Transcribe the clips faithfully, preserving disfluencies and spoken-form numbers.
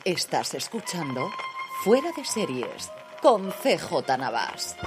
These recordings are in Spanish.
Estás escuchando Fuera de Series con C J Navas.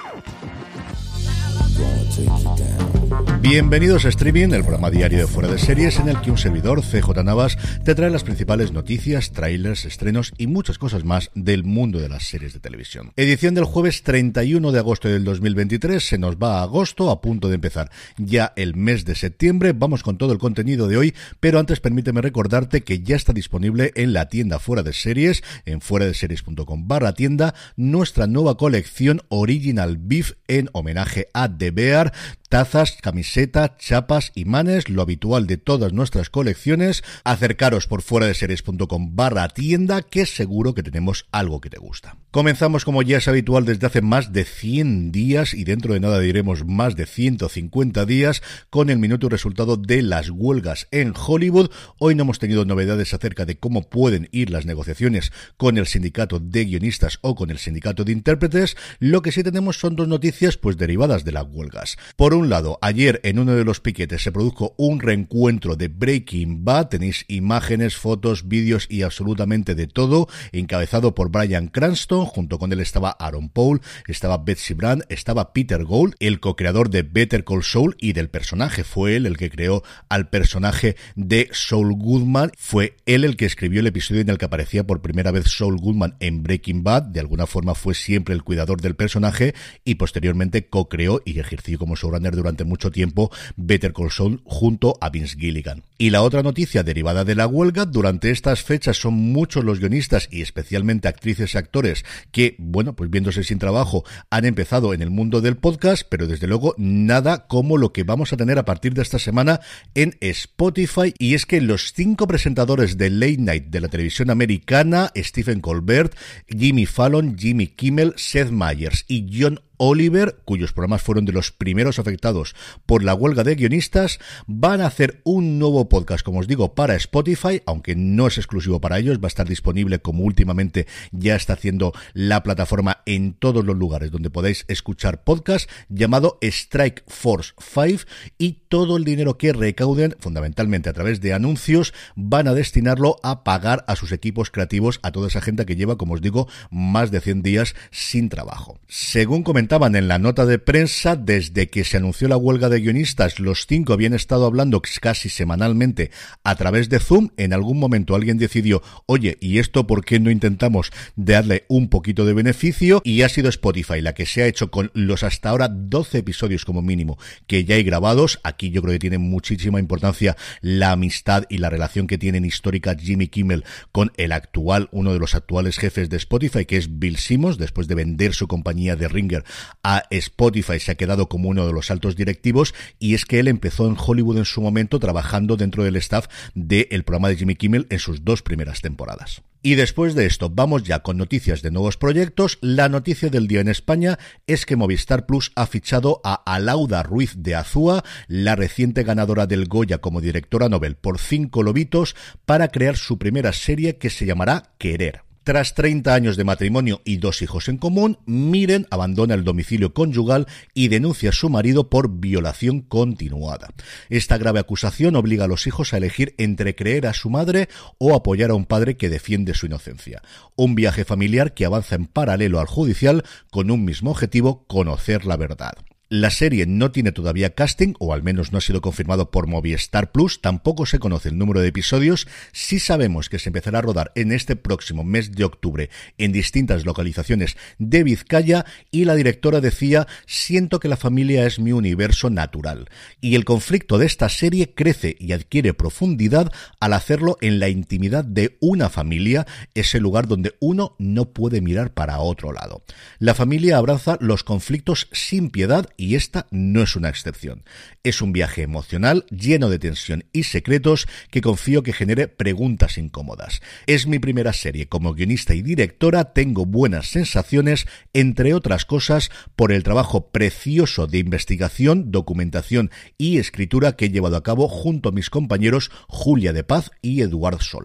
Bienvenidos a Streaming, el programa diario de Fuera de Series en el que un servidor, C J Navas, te trae las principales noticias, trailers, estrenos y muchas cosas más del mundo de las series de televisión. Edición del jueves treinta y uno de agosto del dos mil veintitrés, se nos va a agosto, a punto de empezar ya el mes de septiembre. Vamos con todo el contenido de hoy, pero antes permíteme recordarte que ya está disponible en la tienda Fuera de Series, en fuera de series punto com barra tienda, nuestra nueva colección Original Beef en homenaje a The Bear. Tazas, camiseta, chapas, imanes, lo habitual de todas nuestras colecciones. Acercaros por fuera de series punto com barra tienda, que seguro que tenemos algo que te gusta. Comenzamos, como ya es habitual, desde hace más de cien días, y dentro de nada diremos más de ciento cincuenta días, con el minuto y resultado de las huelgas en Hollywood. Hoy no hemos tenido novedades acerca de cómo pueden ir las negociaciones con el sindicato de guionistas o con el sindicato de intérpretes. Lo que sí tenemos son dos noticias pues derivadas de las huelgas. Por un lado, ayer en uno de los piquetes se produjo un reencuentro de Breaking Bad. Tenéis imágenes, fotos, vídeos y absolutamente de todo, encabezado por Bryan Cranston. Junto con él estaba Aaron Paul, estaba Betsy Brand, estaba Peter Gould, el co-creador de Better Call Saul y del personaje. Fue él el que creó al personaje de Saul Goodman. Fue él el que escribió el episodio en el que aparecía por primera vez Saul Goodman en Breaking Bad. De alguna forma fue siempre el cuidador del personaje y posteriormente co-creó y ejerció como showrunner durante mucho tiempo Better Call Saul junto a Vince Gilligan. Y la otra noticia derivada de la huelga: durante estas fechas son muchos los guionistas y especialmente actrices y actores que, bueno, pues viéndose sin trabajo, han empezado en el mundo del podcast, pero desde luego nada como lo que vamos a tener a partir de esta semana en Spotify. Y es que los cinco presentadores de Late Night de la televisión americana, Stephen Colbert, Jimmy Fallon, Jimmy Kimmel, Seth Meyers y John Oliver, cuyos programas fueron de los primeros afectados por la huelga de guionistas, van a hacer un nuevo podcast, como os digo, para Spotify, aunque no es exclusivo para ellos. Va a estar disponible, como últimamente ya está haciendo la plataforma, en todos los lugares donde podáis escuchar podcast, llamado Strike Force cinco, y todo el dinero que recauden, fundamentalmente a través de anuncios, van a destinarlo a pagar a sus equipos creativos, a toda esa gente que lleva, como os digo, más de cien días sin trabajo. Según comentaban en la nota de prensa, desde que se anunció la huelga de guionistas, los cinco habían estado hablando casi semanalmente a través de Zoom. En algún momento alguien decidió, oye, ¿y esto por qué no intentamos darle un poquito de beneficio? Y ha sido Spotify la que se ha hecho con los hasta ahora doce episodios como mínimo que ya hay grabados. Aquí yo creo que tiene muchísima importancia la amistad y la relación que tienen histórica Jimmy Kimmel con el actual, uno de los actuales jefes de Spotify, que es Bill Simmons. Después de vender su compañía de Ringer a Spotify, se ha quedado como uno de los altos directivos, y es que él empezó en Hollywood en su momento trabajando dentro del staff del programa de Jimmy Kimmel en sus dos primeras temporadas. Y después de esto vamos ya con noticias de nuevos proyectos. La noticia del día en España es que Movistar Plus ha fichado a Alauda Ruiz de Azúa, la reciente ganadora del Goya como directora Nobel por Cinco Lobitos, para crear su primera serie que se llamará Querer. Tras treinta años de matrimonio y dos hijos en común, Miren abandona el domicilio conyugal y denuncia a su marido por violación continuada. Esta grave acusación obliga a los hijos a elegir entre creer a su madre o apoyar a un padre que defiende su inocencia. Un viaje familiar que avanza en paralelo al judicial con un mismo objetivo: conocer la verdad. La serie no tiene todavía casting, o al menos no ha sido confirmado por Movistar Plus. Tampoco se conoce el número de episodios. Sí sabemos que se empezará a rodar en este próximo mes de octubre en distintas localizaciones de Vizcaya, y la directora decía: siento que la familia es mi universo natural. Y el conflicto de esta serie crece y adquiere profundidad al hacerlo en la intimidad de una familia, ese lugar donde uno no puede mirar para otro lado. La familia abraza los conflictos sin piedad, y esta no es una excepción. Es un viaje emocional, lleno de tensión y secretos, que confío que genere preguntas incómodas. Es mi primera serie como guionista y directora, tengo buenas sensaciones, entre otras cosas, por el trabajo precioso de investigación, documentación y escritura que he llevado a cabo junto a mis compañeros Julia de Paz y Eduard Sola.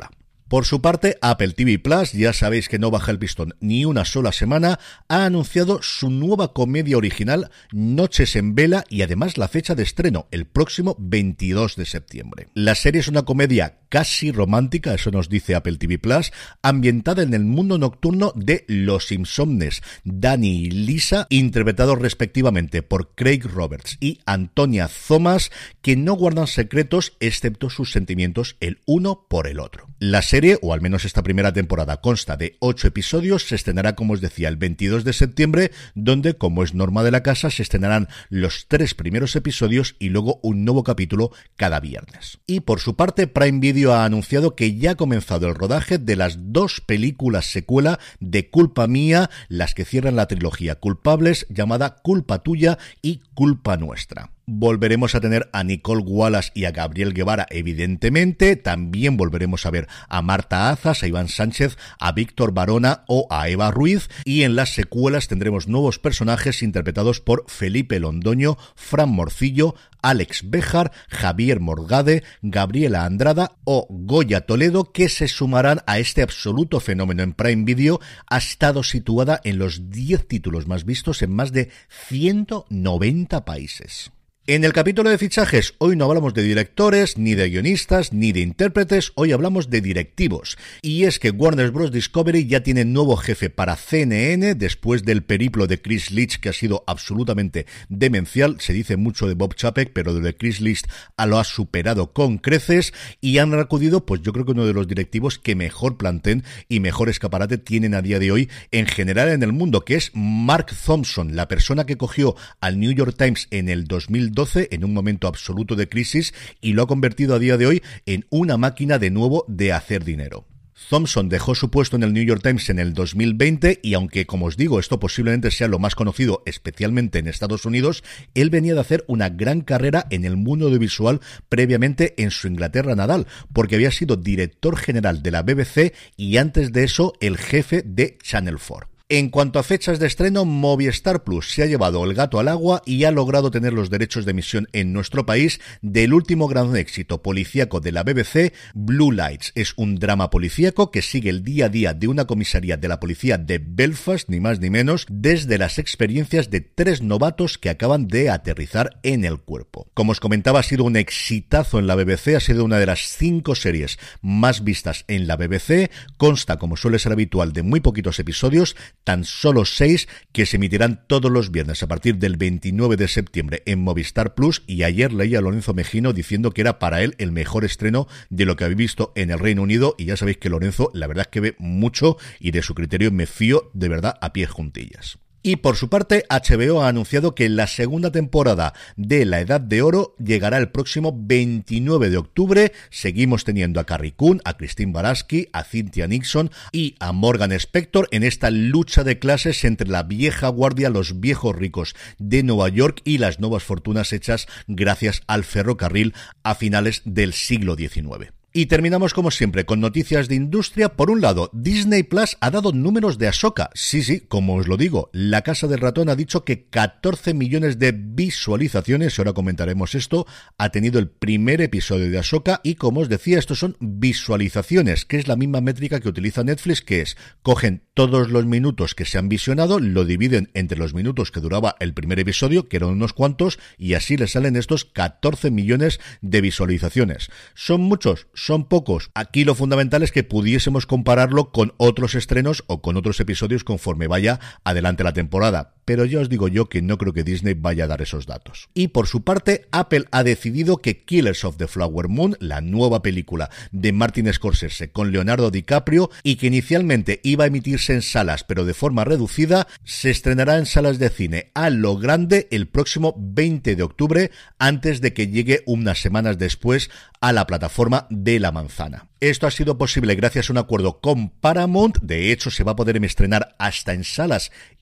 Por su parte, Apple T V Plus, ya sabéis que no baja el pistón ni una sola semana, ha anunciado su nueva comedia original Noches en Vela y además la fecha de estreno, el próximo veintidós de septiembre. La serie es una comedia casi romántica, eso nos dice Apple T V Plus, ambientada en el mundo nocturno de Los Insomnes, Danny y Lisa, interpretados respectivamente por Craig Roberts y Antonia Thomas, que no guardan secretos excepto sus sentimientos el uno por el otro. La serie, o al menos esta primera temporada, consta de ocho episodios, se estrenará, como os decía, el veintidós de septiembre, donde, como es norma de la casa, se estrenarán los tres primeros episodios y luego un nuevo capítulo cada viernes. Y por su parte, Prime Video ha anunciado que ya ha comenzado el rodaje de las dos películas secuela de Culpa Mía, las que cierran la trilogía Culpables, llamada Culpa Tuya y Culpa Nuestra. Volveremos a tener a Nicole Wallace y a Gabriel Guevara, evidentemente. También volveremos a ver a Marta Azas, a Iván Sánchez, a Víctor Barona o a Eva Ruiz. Y en las secuelas tendremos nuevos personajes interpretados por Felipe Londoño, Fran Morcillo, Alex Béjar, Javier Morgade, Gabriela Andrada o Goya Toledo, que se sumarán a este absoluto fenómeno en Prime Video. Ha estado situada en los diez títulos más vistos en más de ciento noventa países. En el capítulo de fichajes, hoy no hablamos de directores, ni de guionistas, ni de intérpretes, hoy hablamos de directivos. Y es que Warner Bros. Discovery ya tiene nuevo jefe para C N N, después del periplo de Chris Leach, que ha sido absolutamente demencial. Se dice mucho de Bob Chapek, pero de Chris Leach lo ha superado con creces, y han acudido, pues yo creo que uno de los directivos que mejor plantel y mejor escaparate tienen a día de hoy en general en el mundo, que es Mark Thompson, la persona que cogió al New York Times en el dos mil doce en un momento absoluto de crisis y lo ha convertido a día de hoy en una máquina de nuevo de hacer dinero. Thompson dejó su puesto en el New York Times en el dos mil veinte y aunque, como os digo, esto posiblemente sea lo más conocido, especialmente en Estados Unidos, él venía de hacer una gran carrera en el mundo audiovisual previamente en su Inglaterra natal, porque había sido director general de la B B C y antes de eso el jefe de Channel cuatro. En cuanto a fechas de estreno, Movistar Plus se ha llevado el gato al agua y ha logrado tener los derechos de emisión en nuestro país del último gran éxito policíaco de la B B C, Blue Lights. Es un drama policíaco que sigue el día a día de una comisaría de la policía de Belfast, ni más ni menos, desde las experiencias de tres novatos que acaban de aterrizar en el cuerpo. Como os comentaba, ha sido un exitazo en la B B C, ha sido una de las cinco series más vistas en la B B C, consta, como suele ser habitual, de muy poquitos episodios, tan solo seis, que se emitirán todos los viernes a partir del veintinueve de septiembre en Movistar Plus, y ayer leí a Lorenzo Mejino diciendo que era para él el mejor estreno de lo que habéis visto en el Reino Unido, y ya sabéis que Lorenzo la verdad es que ve mucho y de su criterio me fío de verdad a pies juntillas. Y por su parte, H B O ha anunciado que la segunda temporada de La Edad de Oro llegará el próximo veintinueve de octubre. Seguimos teniendo a Carrie Coon, a Christine Baranski, a Cynthia Nixon y a Morgan Spector en esta lucha de clases entre la vieja guardia, los viejos ricos de Nueva York y las nuevas fortunas hechas gracias al ferrocarril a finales del siglo diecinueve. Y terminamos como siempre con noticias de industria. Por un lado, Disney Plus ha dado números de Ahsoka. Sí, sí, como os lo digo, La Casa del Ratón ha dicho que catorce millones de visualizaciones, ahora comentaremos esto, ha tenido el primer episodio de Ahsoka, y como os decía, estos son visualizaciones, que es la misma métrica que utiliza Netflix, que es, cogen todos los minutos que se han visionado, lo dividen entre los minutos que duraba el primer episodio, que eran unos cuantos, y así les salen estos catorce millones de visualizaciones. ¿Son muchos? ¿Son pocos? Aquí lo fundamental es que pudiésemos compararlo con otros estrenos o con otros episodios conforme vaya adelante la temporada. Pero ya os digo yo que no creo que Disney vaya a dar esos datos. Y por su parte, Apple ha decidido que Killers of the Flower Moon, la nueva película de Martin Scorsese con Leonardo DiCaprio, y que inicialmente iba a emitirse en salas pero de forma reducida, se estrenará en salas de cine a lo grande el próximo veinte de octubre, antes de que llegue unas semanas después a la plataforma de La Manzana. Esto ha sido posible gracias a un acuerdo con Paramount. De hecho, se va a poder estrenar hasta en salas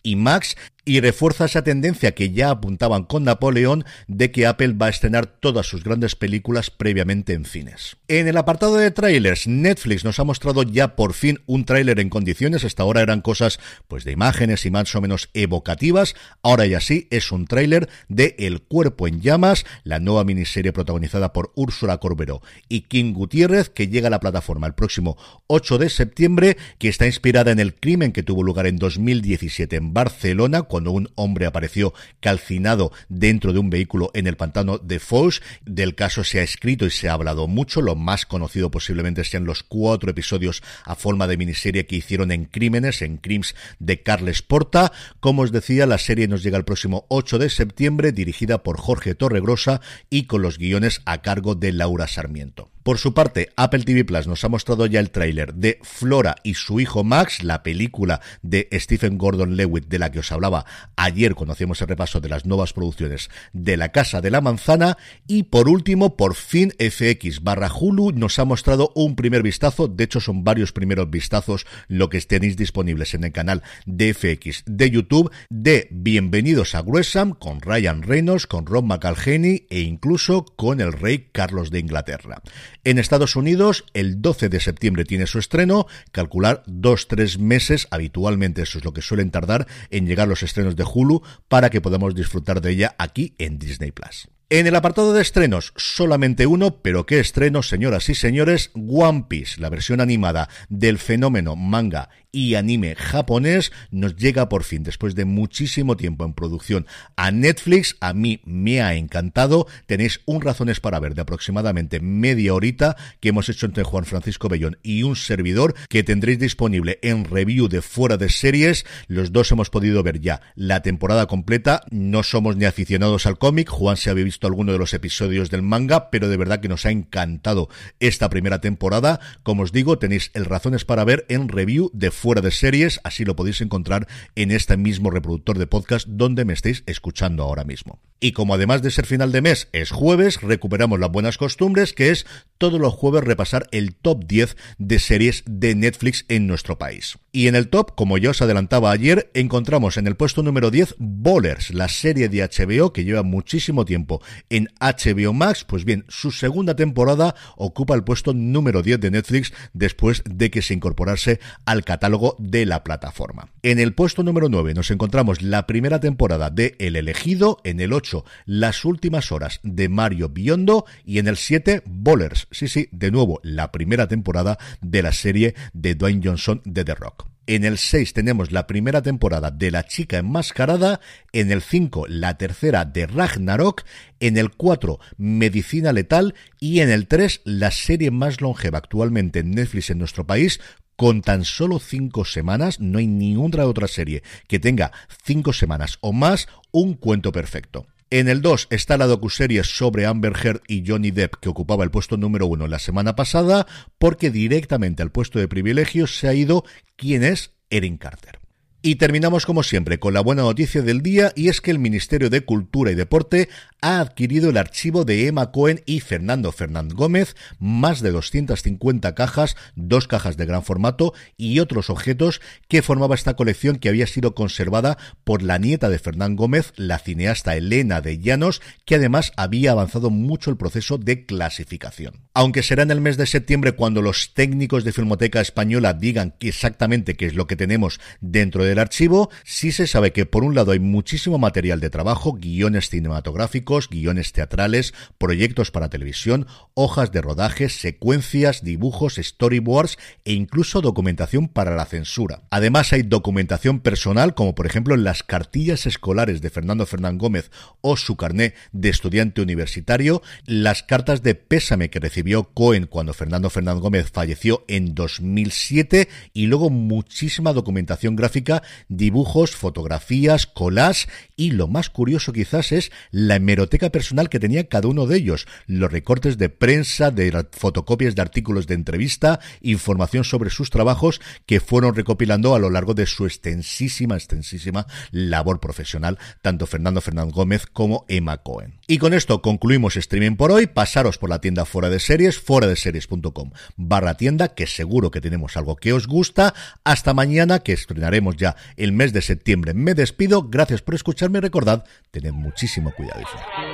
y Max, y refuerza esa tendencia que ya apuntaban con Napoleón de que Apple va a estrenar todas sus grandes películas previamente en cines. En el apartado de trailers, Netflix nos ha mostrado ya por fin un tráiler en condiciones. Hasta ahora eran cosas pues de imágenes y más o menos evocativas. Ahora ya sí es un tráiler de El cuerpo en llamas, la nueva miniserie protagonizada por Úrsula Corberó y Kim Gutiérrez, que llega a la plataforma el próximo ocho de septiembre, que está inspirada en el crimen que tuvo lugar en dos mil diecisiete en Barcelona, cuando un hombre apareció calcinado dentro de un vehículo en el pantano de Foix. Del caso se ha escrito y se ha hablado mucho. Lo más conocido posiblemente sean los cuatro episodios a forma de miniserie que hicieron en Crímenes, en Crims de Carles Porta. Como os decía, la serie nos llega el próximo ocho de septiembre, dirigida por Jorge Torregrosa y con los guiones a cargo de Laura Sarmiento. Por su parte, Apple T V Plus nos ha mostrado ya el tráiler de Flora y su hijo Max, la película de Stephen Gordon-Levitt de la que os hablaba ayer cuando hacíamos el repaso de las nuevas producciones de La Casa de la Manzana. Y por último, por fin F X barra Hulu nos ha mostrado un primer vistazo. De hecho, son varios primeros vistazos lo que tenéis disponibles en el canal de F X de YouTube, de Bienvenidos a Gresham, con Ryan Reynolds, con Rob McElhenney e incluso con el rey Carlos de Inglaterra. En Estados Unidos, el doce de septiembre tiene su estreno. Calcular dos, tres meses, habitualmente eso es lo que suelen tardar en llegar los estrenos de Hulu para que podamos disfrutar de ella aquí en Disney Plus. En el apartado de estrenos, solamente uno, pero qué estreno, señoras y señores. One Piece, la versión animada del fenómeno manga y anime japonés, nos llega por fin, después de muchísimo tiempo en producción, a Netflix. A mí me ha encantado. Tenéis un Razones para Ver de aproximadamente media horita que hemos hecho entre Juan Francisco Bellón y un servidor, que tendréis disponible en review de Fuera de Series. Los dos hemos podido ver ya la temporada completa. No somos ni aficionados al cómic. Juan se había visto alguno de los episodios del manga, pero de verdad que nos ha encantado esta primera temporada. Como os digo, tenéis el Razones para Ver en review de Fuera de Series, así lo podéis encontrar en este mismo reproductor de podcast donde me estéis escuchando ahora mismo. Y como además de ser final de mes es jueves, recuperamos las buenas costumbres, que es todos los jueves repasar el top diez de series de Netflix en nuestro país. Y en el top, como ya os adelantaba ayer, encontramos en el puesto número diez Ballers, la serie de H B O que lleva muchísimo tiempo en H B O Max. Pues bien, su segunda temporada ocupa el puesto número diez de Netflix después de que se incorporase al catálogo de la plataforma. En el puesto número nueve nos encontramos la primera temporada de El Elegido, en el ocho Las últimas horas de Mario Biondo y en el siete Ballers, sí sí, de nuevo la primera temporada de la serie de Dwayne Johnson de The Rock. En el seis tenemos la primera temporada de La chica enmascarada, en el cinco la tercera de Ragnarok, en el cuatro Medicina letal y en el tres la serie más longeva actualmente en Netflix en nuestro país, con tan solo cinco semanas. No hay ninguna otra serie que tenga cinco semanas o más, Un cuento perfecto. En el dos está la docuserie sobre Amber Heard y Johnny Depp, que ocupaba el puesto número uno la semana pasada, porque directamente al puesto de privilegios se ha ido ¿Quién es Erin Carter? Y terminamos como siempre con la buena noticia del día, y es que el Ministerio de Cultura y Deporte ha adquirido el archivo de Emma Cohen y Fernando Fernández Gómez, más de doscientas cincuenta cajas, dos cajas de gran formato y otros objetos que formaba esta colección, que había sido conservada por la nieta de Fernán Gómez, la cineasta Elena de Llanos, que además había avanzado mucho el proceso de clasificación. Aunque será en el mes de septiembre cuando los técnicos de Filmoteca Española digan exactamente qué es lo que tenemos dentro de del archivo, sí se sabe que por un lado hay muchísimo material de trabajo, guiones cinematográficos, guiones teatrales, proyectos para televisión, hojas de rodaje, secuencias, dibujos, storyboards e incluso documentación para la censura. Además hay documentación personal, como por ejemplo las cartillas escolares de Fernando Fernández Gómez o su carné de estudiante universitario, las cartas de pésame que recibió Cohen cuando Fernando Fernández Gómez falleció en dos mil siete, y luego muchísima documentación gráfica, dibujos, fotografías, collages, y lo más curioso quizás es la hemeroteca personal que tenía cada uno de ellos, los recortes de prensa, de fotocopias de artículos de entrevista, información sobre sus trabajos que fueron recopilando a lo largo de su extensísima, extensísima labor profesional, tanto Fernando Fernández Gómez como Emma Cohen. Y con esto concluimos streaming por hoy. Pasaros por la tienda Fuera de Series, fuera de series punto com barra tienda, que seguro que tenemos algo que os gusta. Hasta mañana, que estrenaremos ya ya el mes de septiembre. Me despido, gracias por escucharme y recordad, tened muchísimo cuidado y fuera.